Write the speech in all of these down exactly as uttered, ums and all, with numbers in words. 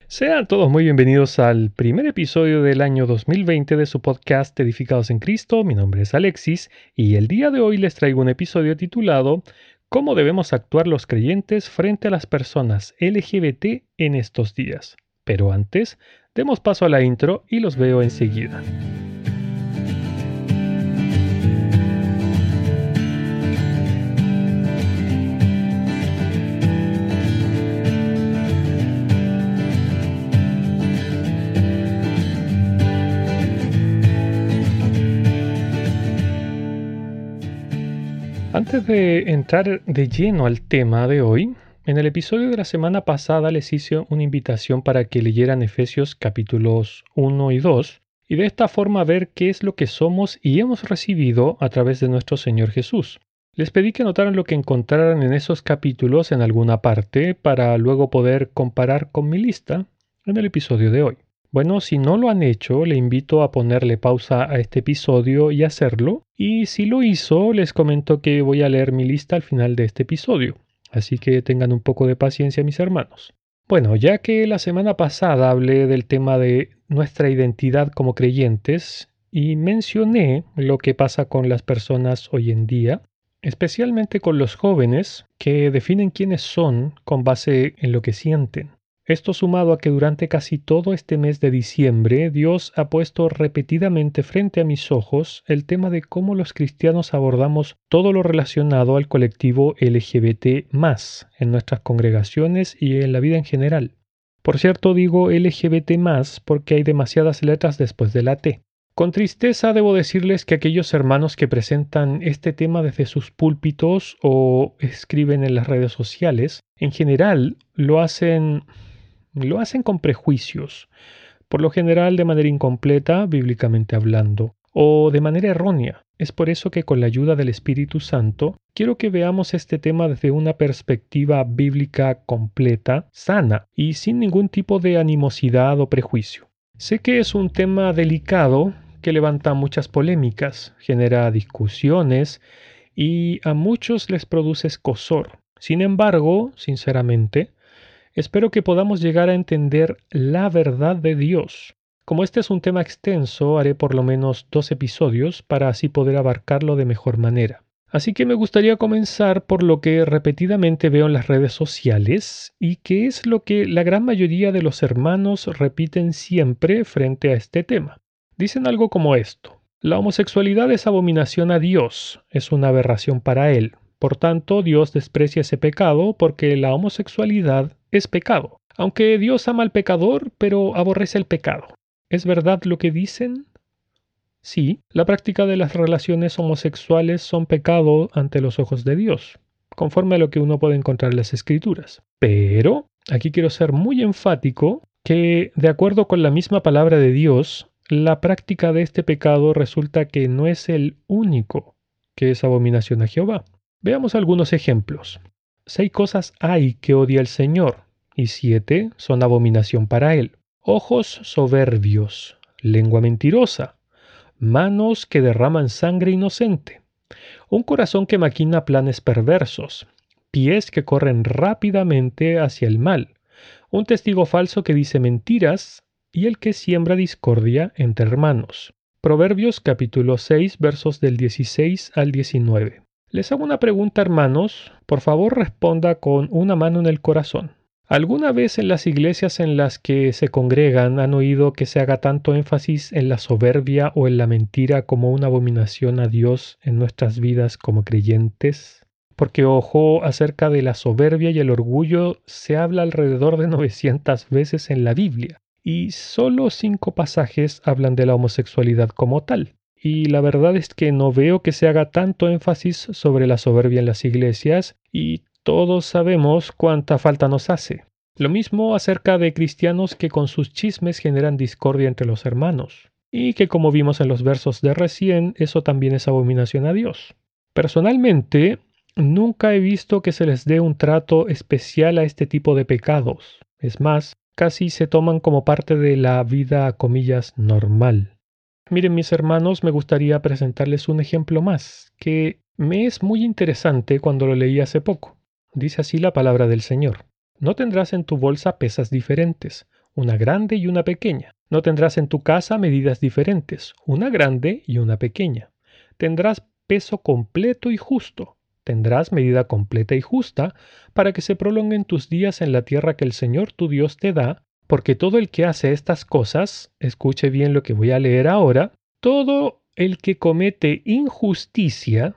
Sean todos muy bienvenidos al primer episodio del año dos mil veinte de su podcast Edificados en Cristo. Mi nombre es Alexis y el día de hoy les traigo un episodio titulado ¿Cómo debemos actuar los creyentes frente a las personas L G B T en estos días? Pero antes, demos paso a la intro y los veo enseguida. Antes de entrar de lleno al tema de hoy, en el episodio de la semana pasada les hice una invitación para que leyeran Efesios capítulos uno y dos y de esta forma ver qué es lo que somos y hemos recibido a través de nuestro Señor Jesús. Les pedí que anotaran lo que encontraran en esos capítulos en alguna parte para luego poder comparar con mi lista en el episodio de hoy. Bueno, si no lo han hecho, le invito a ponerle pausa a este episodio y hacerlo. Y si lo hizo, les comento que voy a leer mi lista al final de este episodio. Así que tengan un poco de paciencia, mis hermanos. Bueno, ya que la semana pasada hablé del tema de nuestra identidad como creyentes y mencioné lo que pasa con las personas hoy en día, especialmente con los jóvenes que definen quiénes son con base en lo que sienten. Esto sumado a que durante casi todo este mes de diciembre Dios ha puesto repetidamente frente a mis ojos el tema de cómo los cristianos abordamos todo lo relacionado al colectivo L G B T más, en nuestras congregaciones y en la vida en general. Por cierto, digo L G B T más porque hay demasiadas letras después de la T. Con tristeza debo decirles que aquellos hermanos que presentan este tema desde sus púlpitos o escriben en las redes sociales, en general lo hacen... Lo hacen con prejuicios, por lo general de manera incompleta, bíblicamente hablando, o de manera errónea. Es por eso que con la ayuda del Espíritu Santo, quiero que veamos este tema desde una perspectiva bíblica completa, sana y sin ningún tipo de animosidad o prejuicio. Sé que es un tema delicado que levanta muchas polémicas, genera discusiones y a muchos les produce escozor. Sin embargo, sinceramente, espero que podamos llegar a entender la verdad de Dios. Como este es un tema extenso, haré por lo menos dos episodios para así poder abarcarlo de mejor manera. Así que me gustaría comenzar por lo que repetidamente veo en las redes sociales y que es lo que la gran mayoría de los hermanos repiten siempre frente a este tema. Dicen algo como esto: la homosexualidad es abominación a Dios, es una aberración para Él. Por tanto, Dios desprecia ese pecado porque la homosexualidad es pecado. Aunque Dios ama al pecador, pero aborrece el pecado. ¿Es verdad lo que dicen? Sí, la práctica de las relaciones homosexuales son pecado ante los ojos de Dios, conforme a lo que uno puede encontrar en las Escrituras. Pero, aquí quiero ser muy enfático que, de acuerdo con la misma palabra de Dios, la práctica de este pecado resulta que no es el único que es abominación a Jehová. Veamos algunos ejemplos. Seis cosas hay que odia el Señor, y siete son abominación para Él. Ojos soberbios, lengua mentirosa, manos que derraman sangre inocente, un corazón que maquina planes perversos, pies que corren rápidamente hacia el mal, un testigo falso que dice mentiras, y el que siembra discordia entre hermanos. Proverbios capítulo seis, versos del dieciséis al diecinueve. Les hago una pregunta, hermanos. Por favor, responda con una mano en el corazón. ¿Alguna vez en las iglesias en las que se congregan han oído que se haga tanto énfasis en la soberbia o en la mentira como una abominación a Dios en nuestras vidas como creyentes? Porque, ojo, acerca de la soberbia y el orgullo se habla alrededor de novecientas veces en la Biblia, y solo cinco pasajes hablan de la homosexualidad como tal. Y la verdad es que no veo que se haga tanto énfasis sobre la soberbia en las iglesias y todos sabemos cuánta falta nos hace. Lo mismo acerca de cristianos que con sus chismes generan discordia entre los hermanos. Y que como vimos en los versos de recién, eso también es abominación a Dios. Personalmente, nunca he visto que se les dé un trato especial a este tipo de pecados. Es más, casi se toman como parte de la vida, comillas, normal. Miren, mis hermanos, me gustaría presentarles un ejemplo más, que me es muy interesante cuando lo leí hace poco. Dice así la palabra del Señor: no tendrás en tu bolsa pesas diferentes, una grande y una pequeña. No tendrás en tu casa medidas diferentes, una grande y una pequeña. Tendrás peso completo y justo. Tendrás medida completa y justa para que se prolonguen tus días en la tierra que el Señor tu Dios te da, porque todo el que hace estas cosas, escuche bien lo que voy a leer ahora, todo el que comete injusticia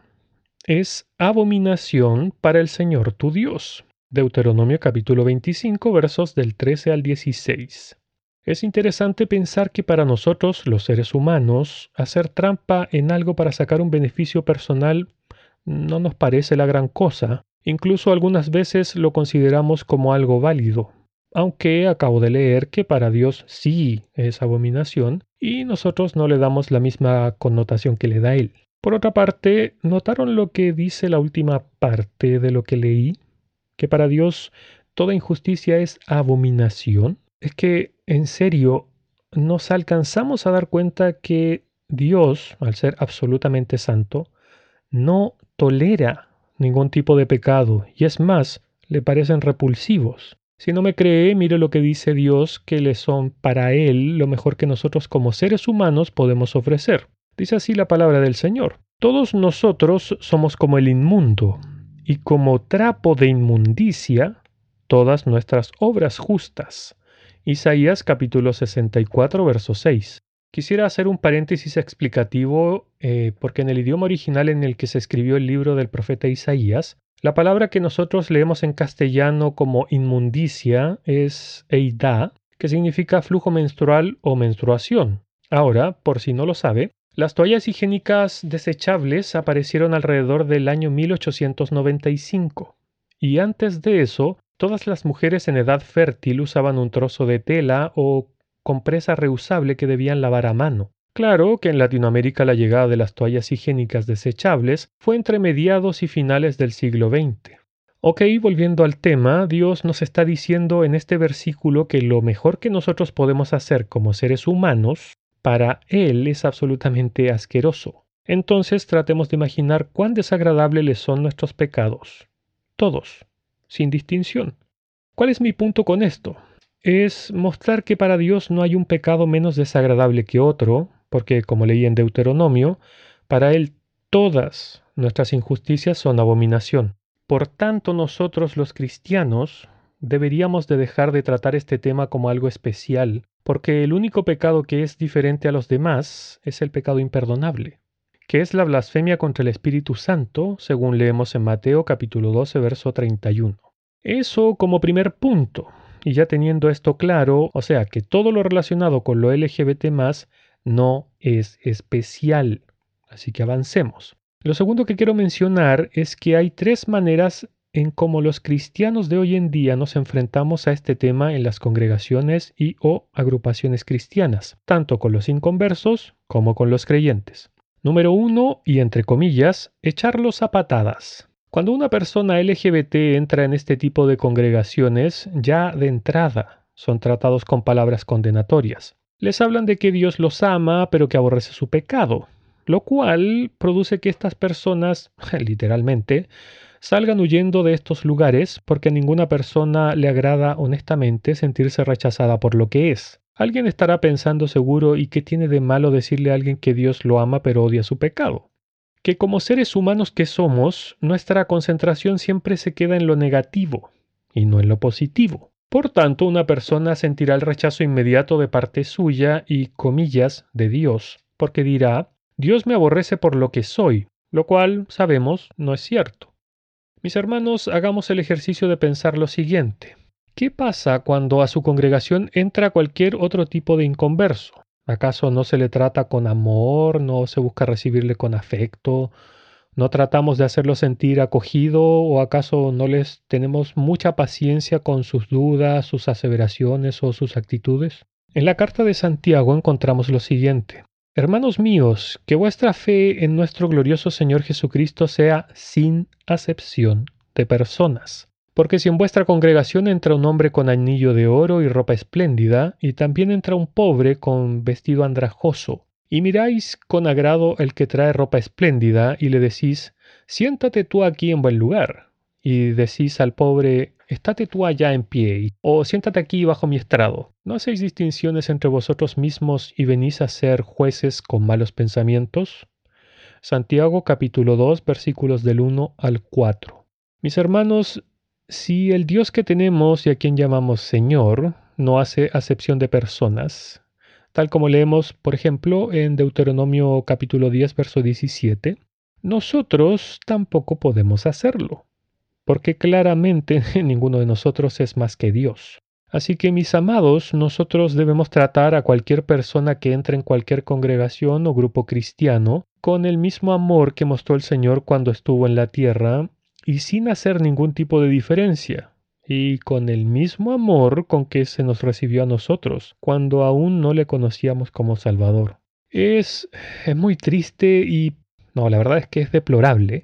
es abominación para el Señor tu Dios. Deuteronomio capítulo veinticinco, versos del trece al dieciséis. Es interesante pensar que para nosotros, los seres humanos, hacer trampa en algo para sacar un beneficio personal no nos parece la gran cosa. Incluso algunas veces lo consideramos como algo válido. Aunque acabo de leer que para Dios sí es abominación y nosotros no le damos la misma connotación que le da Él. Por otra parte, ¿notaron lo que dice la última parte de lo que leí? Que para Dios toda injusticia es abominación. Es que, en serio, nos alcanzamos a dar cuenta que Dios, al ser absolutamente santo, no tolera ningún tipo de pecado y es más, le parecen repulsivos. Si no me cree, mire lo que dice Dios que le son para Él lo mejor que nosotros como seres humanos podemos ofrecer. Dice así la palabra del Señor. Todos nosotros somos como el inmundo, y como trapo de inmundicia, todas nuestras obras justas. Isaías capítulo sesenta y cuatro, verso seis. Quisiera hacer un paréntesis explicativo eh, porque en el idioma original en el que se escribió el libro del profeta Isaías, la palabra que nosotros leemos en castellano como inmundicia es eidá, que significa flujo menstrual o menstruación. Ahora, por si no lo sabe, las toallas higiénicas desechables aparecieron alrededor del año mil ochocientos noventa y cinco. Y antes de eso, todas las mujeres en edad fértil usaban un trozo de tela o compresa reusable que debían lavar a mano. Claro que en Latinoamérica la llegada de las toallas higiénicas desechables fue entre mediados y finales del siglo veinte. Ok, volviendo al tema, Dios nos está diciendo en este versículo que lo mejor que nosotros podemos hacer como seres humanos, para Él es absolutamente asqueroso. Entonces tratemos de imaginar cuán desagradables les son nuestros pecados. Todos, sin distinción. ¿Cuál es mi punto con esto? Es mostrar que para Dios no hay un pecado menos desagradable que otro, porque, como leí en Deuteronomio, para Él todas nuestras injusticias son abominación. Por tanto, nosotros los cristianos deberíamos de dejar de tratar este tema como algo especial, porque el único pecado que es diferente a los demás es el pecado imperdonable, que es la blasfemia contra el Espíritu Santo, según leemos en Mateo capítulo doce, verso treinta y uno. Eso como primer punto. Y ya teniendo esto claro, o sea que todo lo relacionado con lo L G B T más, no es especial. Así que avancemos. Lo segundo que quiero mencionar es que hay tres maneras en cómo los cristianos de hoy en día nos enfrentamos a este tema en las congregaciones y o agrupaciones cristianas, tanto con los inconversos como con los creyentes. Número uno, y entre comillas, echarlos a patadas. Cuando una persona L G B T entra en este tipo de congregaciones, ya de entrada son tratados con palabras condenatorias. Les hablan de que Dios los ama, pero que aborrece su pecado, lo cual produce que estas personas, literalmente, salgan huyendo de estos lugares porque a ninguna persona le agrada honestamente sentirse rechazada por lo que es. Alguien estará pensando seguro, ¿y qué tiene de malo decirle a alguien que Dios lo ama pero odia su pecado? Que como seres humanos que somos, nuestra concentración siempre se queda en lo negativo y no en lo positivo. Por tanto, una persona sentirá el rechazo inmediato de parte suya y, comillas, de Dios, porque dirá, Dios me aborrece por lo que soy, lo cual, sabemos, no es cierto. Mis hermanos, hagamos el ejercicio de pensar lo siguiente. ¿Qué pasa cuando a su congregación entra cualquier otro tipo de inconverso? ¿Acaso no se le trata con amor, no se busca recibirle con afecto, no tratamos de hacerlo sentir acogido o acaso no les tenemos mucha paciencia con sus dudas, sus aseveraciones o sus actitudes? En la carta de Santiago encontramos lo siguiente. Hermanos míos, que vuestra fe en nuestro glorioso Señor Jesucristo sea sin acepción de personas. Porque si en vuestra congregación entra un hombre con anillo de oro y ropa espléndida, y también entra un pobre con vestido andrajoso, y miráis con agrado el que trae ropa espléndida, y le decís, siéntate tú aquí en buen lugar, y decís al pobre, estate tú allá en pie, o siéntate aquí bajo mi estrado. ¿No hacéis distinciones entre vosotros mismos y venís a ser jueces con malos pensamientos? Santiago capítulo dos versículos del uno al cuatro. Mis hermanos, si el Dios que tenemos y a quien llamamos Señor no hace acepción de personas, tal como leemos, por ejemplo, en Deuteronomio capítulo diez verso diecisiete, nosotros tampoco podemos hacerlo, porque claramente ninguno de nosotros es más que Dios. Así que, mis amados, nosotros debemos tratar a cualquier persona que entre en cualquier congregación o grupo cristiano con el mismo amor que mostró el Señor cuando estuvo en la tierra y sin hacer ningún tipo de diferencia, y con el mismo amor con que se nos recibió a nosotros cuando aún no le conocíamos como Salvador. Es, es muy triste y, no, la verdad es que es deplorable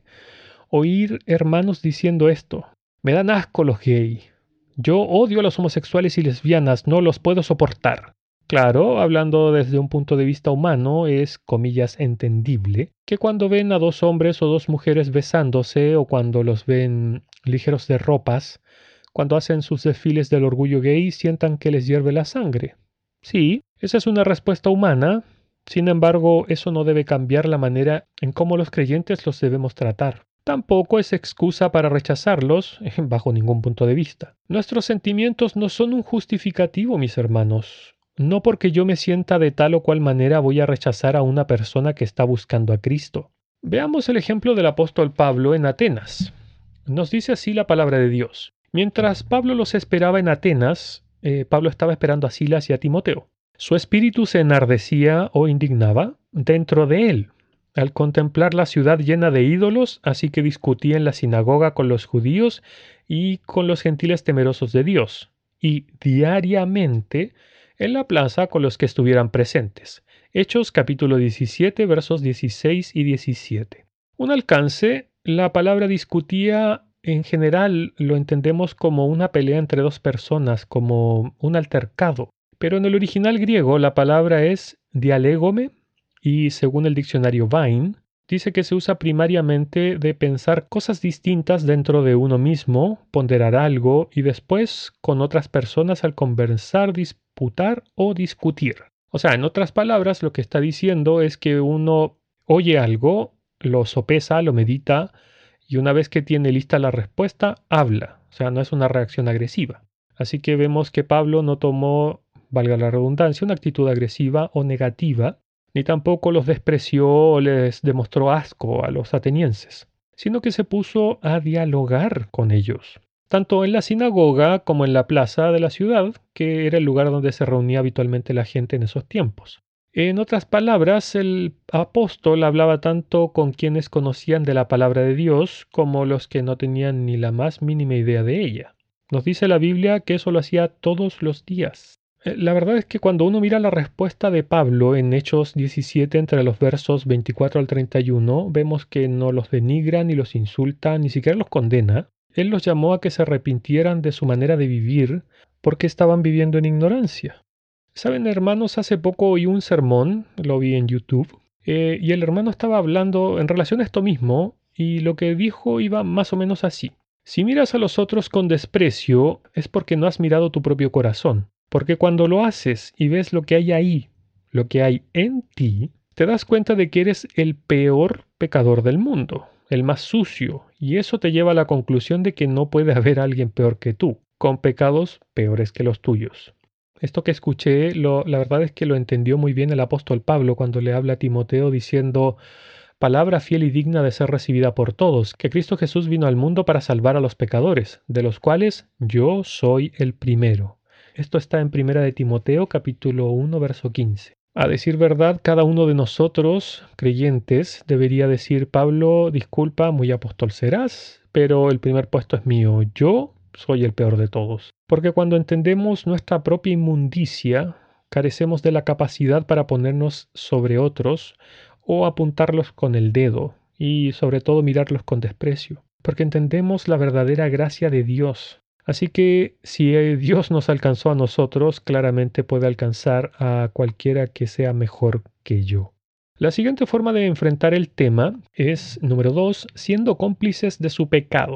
oír hermanos diciendo esto. Me dan asco los gays. Yo odio a los homosexuales y lesbianas, no los puedo soportar. Claro, hablando desde un punto de vista humano, es, comillas, entendible que cuando ven a dos hombres o dos mujeres besándose o cuando los ven ligeros de ropas, cuando hacen sus desfiles del orgullo gay, sientan que les hierve la sangre. Sí, esa es una respuesta humana. Sin embargo, eso no debe cambiar la manera en cómo los creyentes los debemos tratar. Tampoco es excusa para rechazarlos, bajo ningún punto de vista. Nuestros sentimientos no son un justificativo, mis hermanos. No porque yo me sienta de tal o cual manera voy a rechazar a una persona que está buscando a Cristo. Veamos el ejemplo del apóstol Pablo en Atenas. Nos dice así la palabra de Dios. Mientras Pablo los esperaba en Atenas, eh, Pablo estaba esperando a Silas y a Timoteo. Su espíritu se enardecía o indignaba dentro de él al contemplar la ciudad llena de ídolos, así que discutía en la sinagoga con los judíos y con los gentiles temerosos de Dios, y diariamente en la plaza con los que estuvieran presentes. Hechos capítulo diecisiete, versos dieciséis y diecisiete. Un alcance, la palabra discutía en general lo entendemos como una pelea entre dos personas, como un altercado, pero en el original griego la palabra es dialegome, y según el diccionario Vine, dice que se usa primariamente de pensar cosas distintas dentro de uno mismo, ponderar algo y después con otras personas al conversar, disputar o discutir. O sea, en otras palabras, lo que está diciendo es que uno oye algo, lo sopesa, lo medita y una vez que tiene lista la respuesta, habla. O sea, no es una reacción agresiva. Así que vemos que Pablo no tomó, valga la redundancia, una actitud agresiva o negativa, ni tampoco los despreció o les demostró asco a los atenienses, sino que se puso a dialogar con ellos, tanto en la sinagoga como en la plaza de la ciudad, que era el lugar donde se reunía habitualmente la gente en esos tiempos. En otras palabras, el apóstol hablaba tanto con quienes conocían de la palabra de Dios como los que no tenían ni la más mínima idea de ella. Nos dice la Biblia que eso lo hacía todos los días. La verdad es que cuando uno mira la respuesta de Pablo en Hechos diecisiete entre los versos veinticuatro al treinta y uno, vemos que no los denigra, ni los insulta, ni siquiera los condena. Él los llamó a que se arrepintieran de su manera de vivir porque estaban viviendo en ignorancia. Saben, hermanos, hace poco oí un sermón, lo vi en YouTube, eh, y el hermano estaba hablando en relación a esto mismo, y lo que dijo iba más o menos así. Si miras a los otros con desprecio, es porque no has mirado tu propio corazón. Porque cuando lo haces y ves lo que hay ahí, lo que hay en ti, te das cuenta de que eres el peor pecador del mundo, el más sucio, y eso te lleva a la conclusión de que no puede haber alguien peor que tú, con pecados peores que los tuyos. Esto que escuché, lo, la verdad es que lo entendió muy bien el apóstol Pablo cuando le habla a Timoteo diciendo: palabra fiel y digna de ser recibida por todos, que Cristo Jesús vino al mundo para salvar a los pecadores, de los cuales yo soy el primero. Esto está en Primera de Timoteo, capítulo uno, verso quince. A decir verdad, cada uno de nosotros, creyentes, debería decir: Pablo, disculpa, muy apóstol serás, pero el primer puesto es mío. Yo soy el peor de todos. Porque cuando entendemos nuestra propia inmundicia, carecemos de la capacidad para ponernos sobre otros o apuntarlos con el dedo y sobre todo mirarlos con desprecio. Porque entendemos la verdadera gracia de Dios. Así que si Dios nos alcanzó a nosotros, claramente puede alcanzar a cualquiera que sea mejor que yo. La siguiente forma de enfrentar el tema es, número dos, siendo cómplices de su pecado.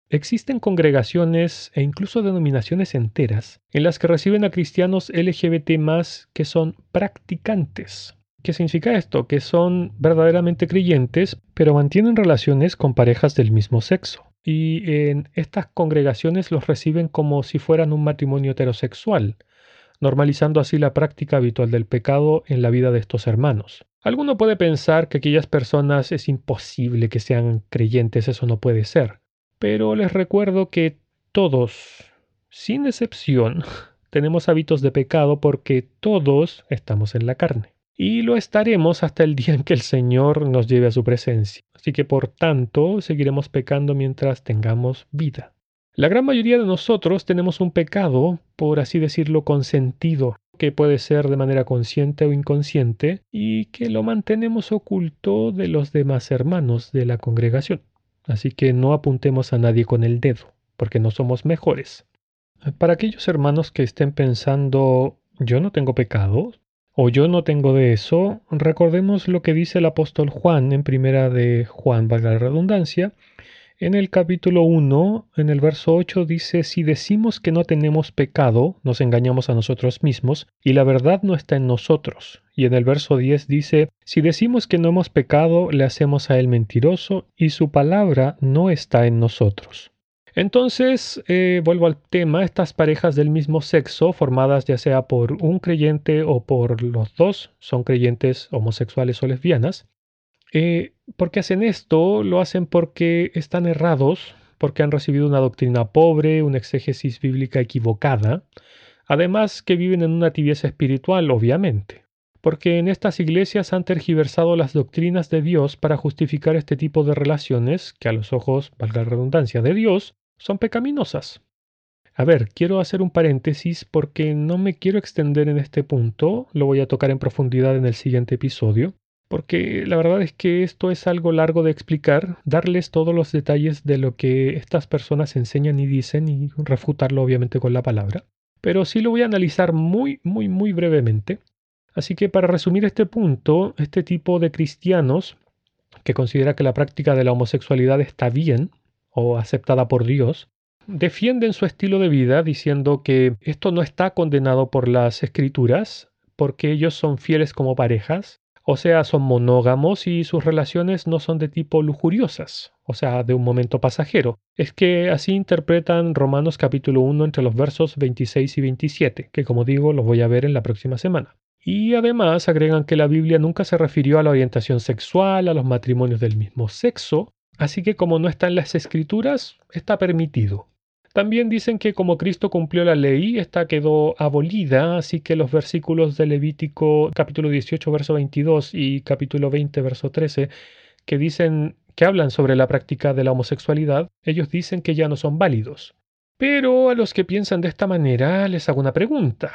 Existen congregaciones e incluso denominaciones enteras en las que reciben a cristianos L G B T más que son practicantes. ¿Qué significa esto? Que son verdaderamente creyentes, pero mantienen relaciones con parejas del mismo sexo. Y en estas congregaciones los reciben como si fueran un matrimonio heterosexual, normalizando así la práctica habitual del pecado en la vida de estos hermanos. Alguno puede pensar que aquellas personas es imposible que sean creyentes, eso no puede ser. Pero les recuerdo que todos, sin excepción, tenemos hábitos de pecado porque todos estamos en la carne. Y lo estaremos hasta el día en que el Señor nos lleve a su presencia. Así que por tanto seguiremos pecando mientras tengamos vida. La gran mayoría de nosotros tenemos un pecado, por así decirlo, consentido, que puede ser de manera consciente o inconsciente, y que lo mantenemos oculto de los demás hermanos de la congregación. Así que no apuntemos a nadie con el dedo, porque no somos mejores. Para aquellos hermanos que estén pensando, yo no tengo pecado, o yo no tengo de eso, recordemos lo que dice el apóstol Juan en primera de Juan, valga la redundancia. En el capítulo uno, en el verso ocho, dice, si decimos que no tenemos pecado, nos engañamos a nosotros mismos, y la verdad no está en nosotros. Y en el verso diez dice, si decimos que no hemos pecado, le hacemos a él mentiroso, y su palabra no está en nosotros. Entonces, eh, vuelvo al tema, estas parejas del mismo sexo, formadas ya sea por un creyente o por los dos, son creyentes homosexuales o lesbianas. Eh, ¿por qué hacen esto? Lo hacen porque están errados, porque han recibido una doctrina pobre, una exégesis bíblica equivocada, además que viven en una tibieza espiritual, obviamente, porque en estas iglesias han tergiversado las doctrinas de Dios para justificar este tipo de relaciones que a los ojos, valga la redundancia, de Dios, son pecaminosas. A ver, quiero hacer un paréntesis porque no me quiero extender en este punto, lo voy a tocar en profundidad en el siguiente episodio. Porque la verdad es que esto es algo largo de explicar, darles todos los detalles de lo que estas personas enseñan y dicen y refutarlo obviamente con la palabra. Pero sí lo voy a analizar muy, muy, muy brevemente. Así que para resumir este punto, este tipo de cristianos que considera que la práctica de la homosexualidad está bien o aceptada por Dios, defienden su estilo de vida diciendo que esto no está condenado por las escrituras porque ellos son fieles como parejas. O sea, son monógamos y sus relaciones no son de tipo lujuriosas, o sea, de un momento pasajero. Es que así interpretan Romanos capítulo uno entre los versos veintiséis y veintisiete, que como digo, los voy a ver en la próxima semana. Y además agregan que la Biblia nunca se refirió a la orientación sexual, a los matrimonios del mismo sexo, así que como no está en las escrituras, está permitido. También dicen que como Cristo cumplió la ley, esta quedó abolida, así que los versículos de Levítico capítulo dieciocho, verso veintidós y capítulo veinte, verso trece, que dicen que hablan sobre la práctica de la homosexualidad, ellos dicen que ya no son válidos. Pero a los que piensan de esta manera les hago una pregunta.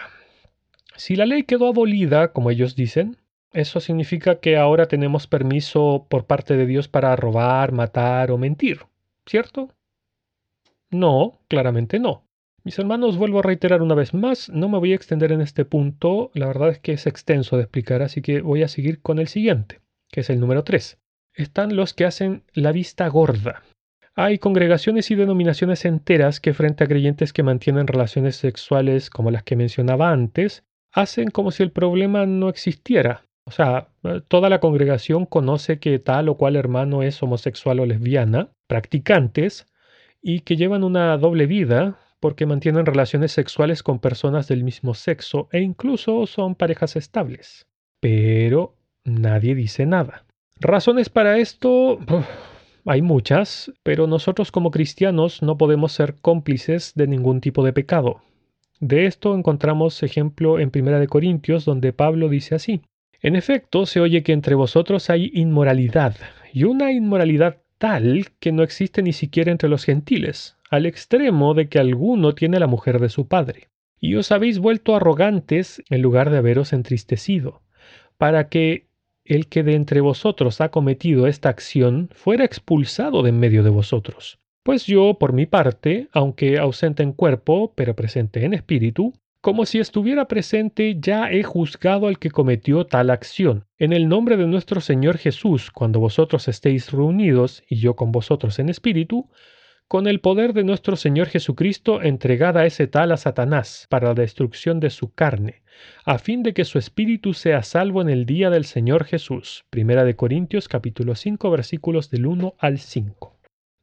Si la ley quedó abolida, como ellos dicen, eso significa que ahora tenemos permiso por parte de Dios para robar, matar o mentir, ¿cierto? No, claramente no. Mis hermanos, vuelvo a reiterar una vez más, no me voy a extender en este punto, la verdad es que es extenso de explicar, así que voy a seguir con el siguiente, que es el número tres. Están los que hacen la vista gorda. Hay congregaciones y denominaciones enteras que frente a creyentes que mantienen relaciones sexuales como las que mencionaba antes, hacen como si el problema no existiera. O sea, toda la congregación conoce que tal o cual hermano es homosexual o lesbiana, practicantes, y que llevan una doble vida porque mantienen relaciones sexuales con personas del mismo sexo e incluso son parejas estables. Pero nadie dice nada. Razones para esto, uf, hay muchas, pero nosotros como cristianos no podemos ser cómplices de ningún tipo de pecado. De esto encontramos ejemplo en Primera de Corintios, donde Pablo dice así: en efecto, se oye que entre vosotros hay inmoralidad, y una inmoralidad tal que no existe ni siquiera entre los gentiles, al extremo de que alguno tiene la mujer de su padre. Y os habéis vuelto arrogantes en lugar de haberos entristecido, para que el que de entre vosotros ha cometido esta acción fuera expulsado de en medio de vosotros. Pues yo, por mi parte, aunque ausente en cuerpo, pero presente en espíritu, como si estuviera presente, ya he juzgado al que cometió tal acción. En el nombre de nuestro Señor Jesús, cuando vosotros estéis reunidos, y yo con vosotros en espíritu, con el poder de nuestro Señor Jesucristo, entregad a ese tal a Satanás para la destrucción de su carne, a fin de que su espíritu sea salvo en el día del Señor Jesús. Primera de Corintios capítulo cinco versículos del uno al cinco.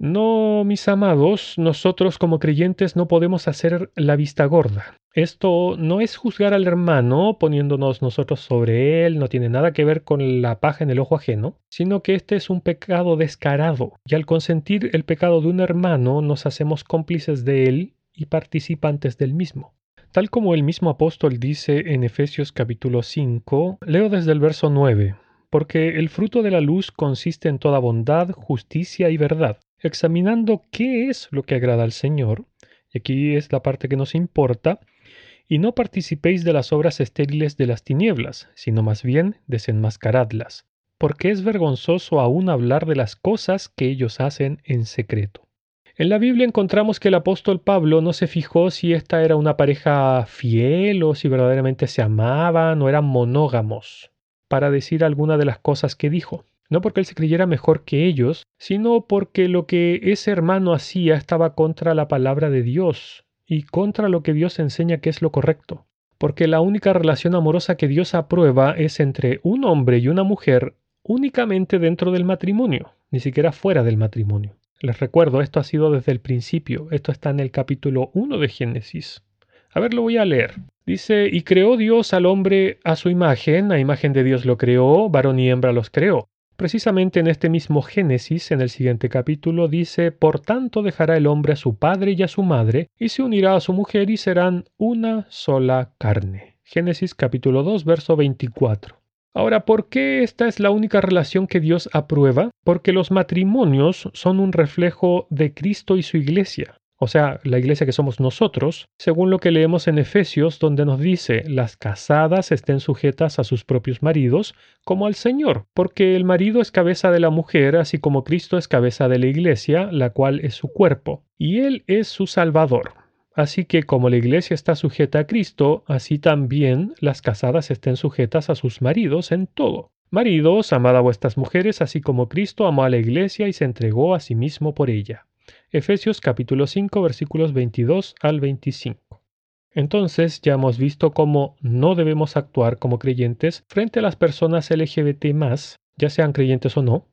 No, mis amados, nosotros como creyentes no podemos hacer la vista gorda. Esto no es juzgar al hermano poniéndonos nosotros sobre él, no tiene nada que ver con la paja en el ojo ajeno, sino que este es un pecado descarado, y al consentir el pecado de un hermano nos hacemos cómplices de él y participantes del mismo. Tal como el mismo apóstol dice en Efesios capítulo cinco, leo desde el verso nueve, porque el fruto de la luz consiste en toda bondad, justicia y verdad, examinando qué es lo que agrada al Señor, y aquí es la parte que nos importa, y no participéis de las obras estériles de las tinieblas, sino más bien desenmascaradlas, porque es vergonzoso aún hablar de las cosas que ellos hacen en secreto. En la Biblia encontramos que el apóstol Pablo no se fijó si esta era una pareja fiel o si verdaderamente se amaban o eran monógamos, para decir alguna de las cosas que dijo. No porque él se creyera mejor que ellos, sino porque lo que ese hermano hacía estaba contra la palabra de Dios y contra lo que Dios enseña que es lo correcto. Porque la única relación amorosa que Dios aprueba es entre un hombre y una mujer únicamente dentro del matrimonio, ni siquiera fuera del matrimonio. Les recuerdo, esto ha sido desde el principio, esto está en el capítulo uno de Génesis. A ver, lo voy a leer. Dice, y creó Dios al hombre a su imagen, a imagen de Dios lo creó, varón y hembra los creó. Precisamente en este mismo Génesis, en el siguiente capítulo, dice, por tanto dejará el hombre a su padre y a su madre, y se unirá a su mujer y serán una sola carne. Génesis capítulo dos, verso veinticuatro. Ahora, ¿por qué esta es la única relación que Dios aprueba? Porque los matrimonios son un reflejo de Cristo y su iglesia. O sea, la iglesia que somos nosotros, según lo que leemos en Efesios, donde nos dice, las casadas estén sujetas a sus propios maridos, como al Señor, porque el marido es cabeza de la mujer, así como Cristo es cabeza de la iglesia, la cual es su cuerpo, y Él es su Salvador. Así que como la iglesia está sujeta a Cristo, así también las casadas estén sujetas a sus maridos en todo. Maridos, amad a vuestras mujeres, así como Cristo amó a la iglesia y se entregó a sí mismo por ella. Efesios capítulo cinco versículos veintidós al veinticinco. Entonces ya hemos visto cómo no debemos actuar como creyentes frente a las personas L G B T más, ya sean creyentes o no.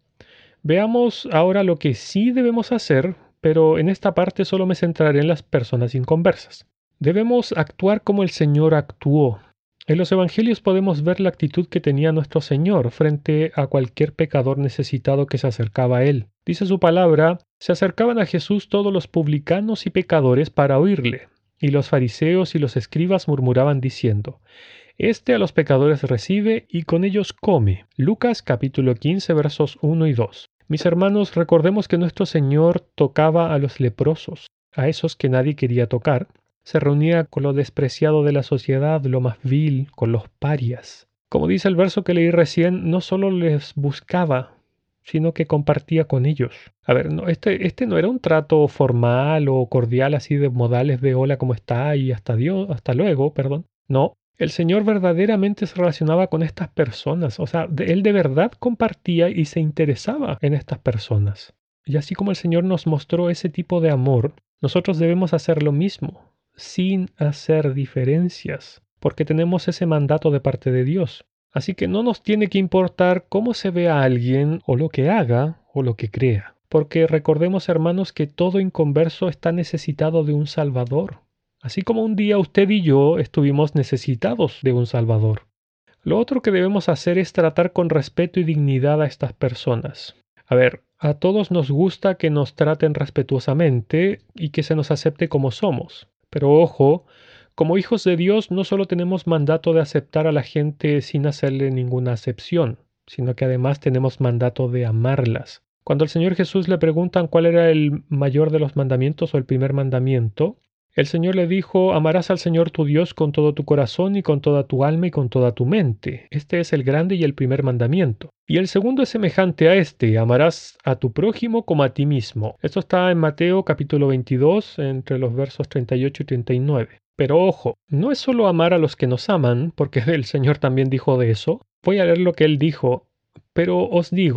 Veamos ahora lo que sí debemos hacer, pero en esta parte solo me centraré en las personas inconversas. Debemos actuar como el Señor actuó. En los evangelios podemos ver la actitud que tenía nuestro Señor frente a cualquier pecador necesitado que se acercaba a Él. Dice su palabra, se acercaban a Jesús todos los publicanos y pecadores para oírle, y los fariseos y los escribas murmuraban diciendo, Este a los pecadores recibe y con ellos come. Lucas capítulo quince versos uno y dos. Mis hermanos, recordemos que nuestro Señor tocaba a los leprosos, a esos que nadie quería tocar. Se reunía con lo despreciado de la sociedad, lo más vil, con los parias. Como dice el verso que leí recién, no solo les buscaba, sino que compartía con ellos. A ver, no, este, este no era un trato formal o cordial así de modales de hola, ¿cómo está? Y hasta Dios, hasta luego, perdón. No, el Señor verdaderamente se relacionaba con estas personas. O sea, de, Él de verdad compartía y se interesaba en estas personas. Y así como el Señor nos mostró ese tipo de amor, nosotros debemos hacer lo mismo, sin hacer diferencias, porque tenemos ese mandato de parte de Dios. Así que no nos tiene que importar cómo se ve a alguien, o lo que haga, o lo que crea. Porque recordemos, hermanos, que todo inconverso está necesitado de un Salvador. Así como un día usted y yo estuvimos necesitados de un Salvador. Lo otro que debemos hacer es tratar con respeto y dignidad a estas personas. A ver, a todos nos gusta que nos traten respetuosamente y que se nos acepte como somos. Pero ojo, como hijos de Dios no solo tenemos mandato de aceptar a la gente sin hacerle ninguna acepción, sino que además tenemos mandato de amarlas. Cuando al Señor Jesús le preguntan cuál era el mayor de los mandamientos o el primer mandamiento, el Señor le dijo, amarás al Señor tu Dios con todo tu corazón y con toda tu alma y con toda tu mente. Este es el grande y el primer mandamiento. Y el segundo es semejante a este, amarás a tu prójimo como a ti mismo. Esto está en Mateo capítulo veintidós, entre los versos treinta y ocho y treinta y nueve. Pero ojo, no es solo amar a los que nos aman, porque el Señor también dijo de eso. Voy a leer lo que Él dijo. Pero os digo,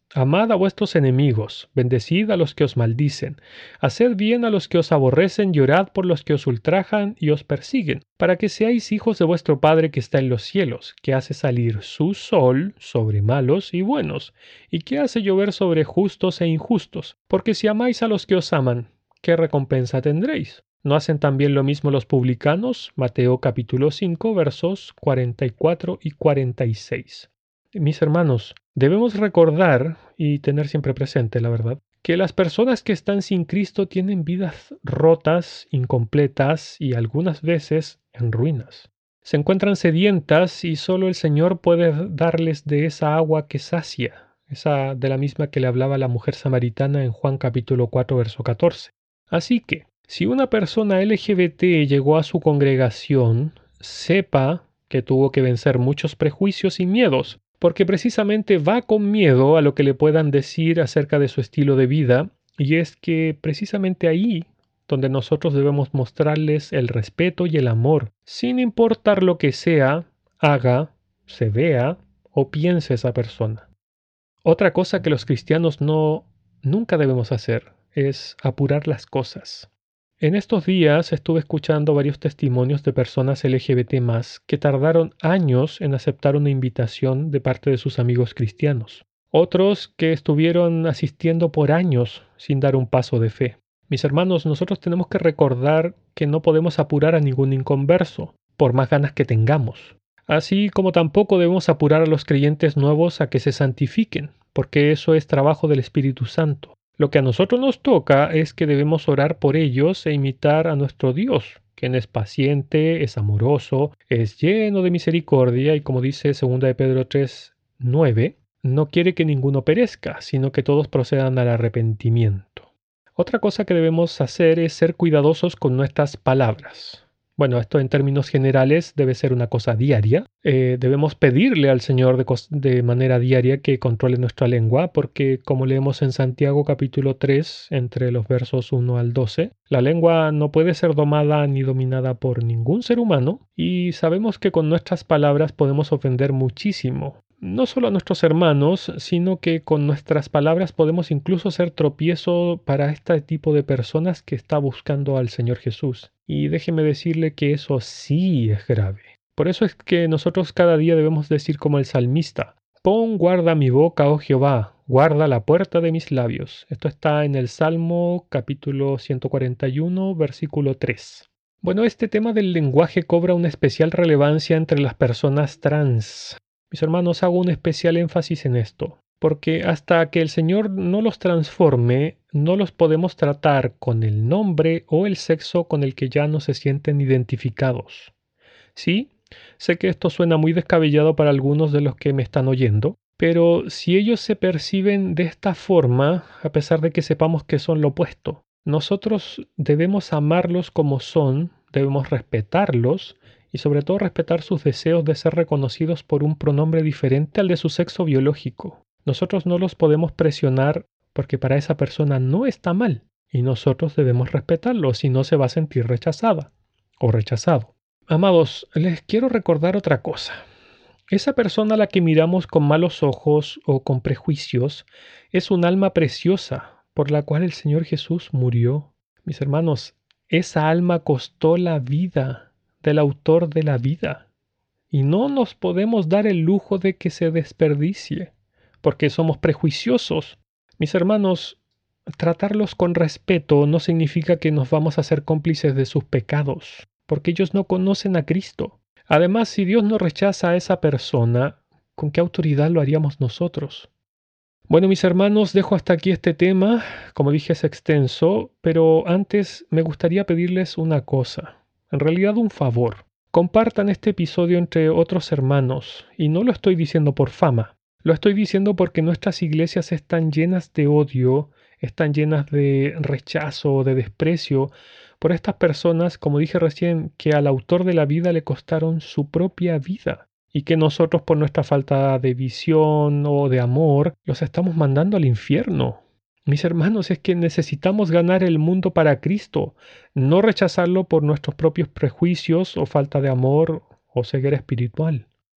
Amad a vuestros enemigos, bendecid a los que os maldicen, haced bien a los que os aborrecen y orad por los que os ultrajan y os persiguen, para que seáis hijos de vuestro Padre que está en los cielos, que hace salir su sol sobre malos y buenos, y que hace llover sobre justos e injustos. Porque si amáis a los que os aman, ¿qué recompensa tendréis? ¿No hacen también lo mismo los publicanos? Mateo capítulo cinco, versos cuarenta y cuatro y cuarenta y seis. Mis hermanos, debemos recordar y tener siempre presente, la verdad, que las personas que están sin Cristo tienen vidas rotas, incompletas y algunas veces en ruinas. Se encuentran sedientas y solo el Señor puede darles de esa agua que sacia, esa de la misma que le hablaba la mujer samaritana en Juan capítulo cuatro, verso catorce. Así que, si una persona L G B T llegó a su congregación, sepa que tuvo que vencer muchos prejuicios y miedos, porque precisamente va con miedo a lo que le puedan decir acerca de su estilo de vida, y es que precisamente ahí donde nosotros debemos mostrarles el respeto y el amor, sin importar lo que sea, haga, se vea o piense esa persona. Otra cosa que los cristianos no nunca debemos hacer es apurar las cosas. En estos días estuve escuchando varios testimonios de personas L G B T más que tardaron años en aceptar una invitación de parte de sus amigos cristianos. Otros que estuvieron asistiendo por años sin dar un paso de fe. Mis hermanos, nosotros tenemos que recordar que no podemos apurar a ningún inconverso, por más ganas que tengamos. Así como tampoco debemos apurar a los creyentes nuevos a que se santifiquen, porque eso es trabajo del Espíritu Santo. Lo que a nosotros nos toca es que debemos orar por ellos e imitar a nuestro Dios, quien es paciente, es amoroso, es lleno de misericordia y, como dice segunda de Pedro tres, nueve, no quiere que ninguno perezca, sino que todos procedan al arrepentimiento. Otra cosa que debemos hacer es ser cuidadosos con nuestras palabras. Bueno, esto en términos generales debe ser una cosa diaria. Eh, debemos pedirle al Señor de, de manera diaria que controle nuestra lengua, porque como leemos en Santiago capítulo tres, entre los versos uno al doce, la lengua no puede ser domada ni dominada por ningún ser humano, y sabemos que con nuestras palabras podemos ofender muchísimo. No solo a nuestros hermanos, sino que con nuestras palabras podemos incluso ser tropiezo para este tipo de personas que está buscando al Señor Jesús. Y déjeme decirle que eso sí es grave. Por eso es que nosotros cada día debemos decir como el salmista: pon guarda mi boca, oh Jehová, guarda la puerta de mis labios. Esto está en el Salmo capítulo ciento cuarenta y uno, versículo tres. Bueno, este tema del lenguaje cobra una especial relevancia entre las personas trans. Mis hermanos, hago un especial énfasis en esto, porque hasta que el Señor no los transforme, no los podemos tratar con el nombre o el sexo con el que ya no se sienten identificados. Sí, sé que esto suena muy descabellado para algunos de los que me están oyendo, pero si ellos se perciben de esta forma, a pesar de que sepamos que son lo opuesto, nosotros debemos amarlos como son, debemos respetarlos, y sobre todo respetar sus deseos de ser reconocidos por un pronombre diferente al de su sexo biológico. Nosotros no los podemos presionar porque para esa persona no está mal, y nosotros debemos respetarlo, si no se va a sentir rechazada o rechazado. Amados, les quiero recordar otra cosa. Esa persona a la que miramos con malos ojos o con prejuicios es un alma preciosa por la cual el Señor Jesús murió. Mis hermanos, esa alma costó la vida del autor de la vida, y no nos podemos dar el lujo de que se desperdicie, porque somos prejuiciosos. Mis hermanos, tratarlos con respeto no significa que nos vamos a ser cómplices de sus pecados, porque ellos no conocen a Cristo. Además, si Dios no rechaza a esa persona, ¿con qué autoridad lo haríamos nosotros? Bueno, mis hermanos, dejo hasta aquí este tema. Como dije, es extenso, pero antes me gustaría pedirles una cosa. En realidad un favor. Compartan este episodio entre otros hermanos, y no lo estoy diciendo por fama. Lo estoy diciendo porque nuestras iglesias están llenas de odio, están llenas de rechazo, de desprecio por estas personas, como dije recién, que al autor de la vida le costaron su propia vida, y que nosotros por nuestra falta de visión o de amor los estamos mandando al infierno. Mis hermanos, es que necesitamos ganar el mundo para Cristo, no rechazarlo por nuestros propios prejuicios o falta de amor o ceguera espiritual.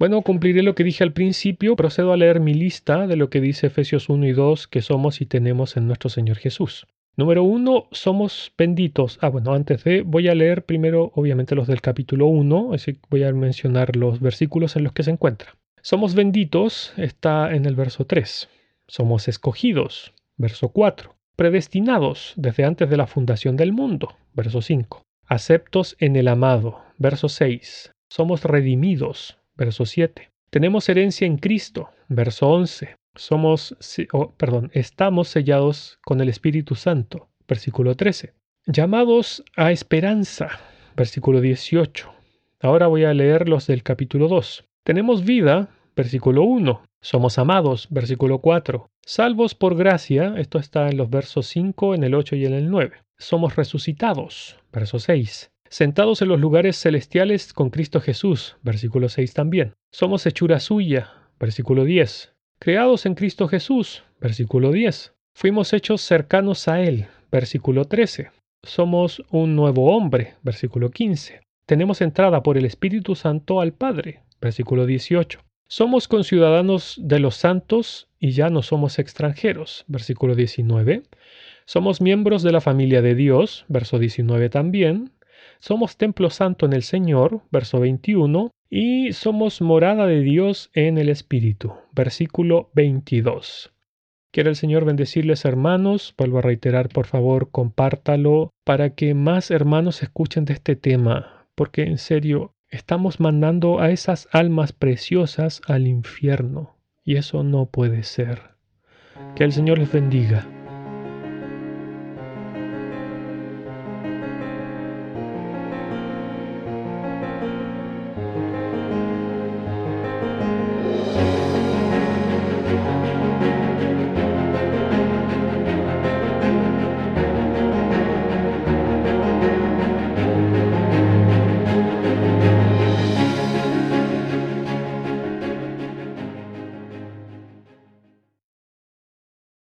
Bueno, cumpliré lo que dije al principio. Procedo a leer mi lista de lo que dice Efesios uno y dos que somos y tenemos en nuestro Señor Jesús. Número uno, somos benditos. Ah, bueno, antes de, voy a leer primero, obviamente, los del capítulo uno, así que voy a mencionar los versículos en los que se encuentra. Somos benditos, está en el verso tres. Somos escogidos, verso cuatro. Predestinados desde antes de la fundación del mundo, verso cinco. Aceptos en el amado, verso seis. Somos redimidos, verso siete. Tenemos herencia en Cristo, verso once. Somos, oh, perdón, estamos sellados con el Espíritu Santo, versículo trece. Llamados a esperanza, versículo dieciocho. Ahora voy a leer los del capítulo dos. Tenemos vida, versículo uno. Somos amados, versículo cuatro. Salvos por gracia, esto está en los versos cinco, en el ocho y en el nueve. Somos resucitados, verso seis. Sentados en los lugares celestiales con Cristo Jesús, versículo seis también. Somos hechura suya, versículo diez. Creados en Cristo Jesús, versículo diez. Fuimos hechos cercanos a Él, versículo trece. Somos un nuevo hombre, versículo quince. Tenemos entrada por el Espíritu Santo al Padre, versículo dieciocho. Somos conciudadanos de los santos y ya no somos extranjeros, versículo diecinueve. Somos miembros de la familia de Dios, verso diecinueve también. Somos templo santo en el Señor, verso veintiuno. Y somos morada de Dios en el Espíritu. Versículo veintidós. Quiere el Señor bendecirles, hermanos. Vuelvo a reiterar, por favor, compártalo para que más hermanos escuchen de este tema. Porque en serio, estamos mandando a esas almas preciosas al infierno. Y eso no puede ser. Que el Señor les bendiga.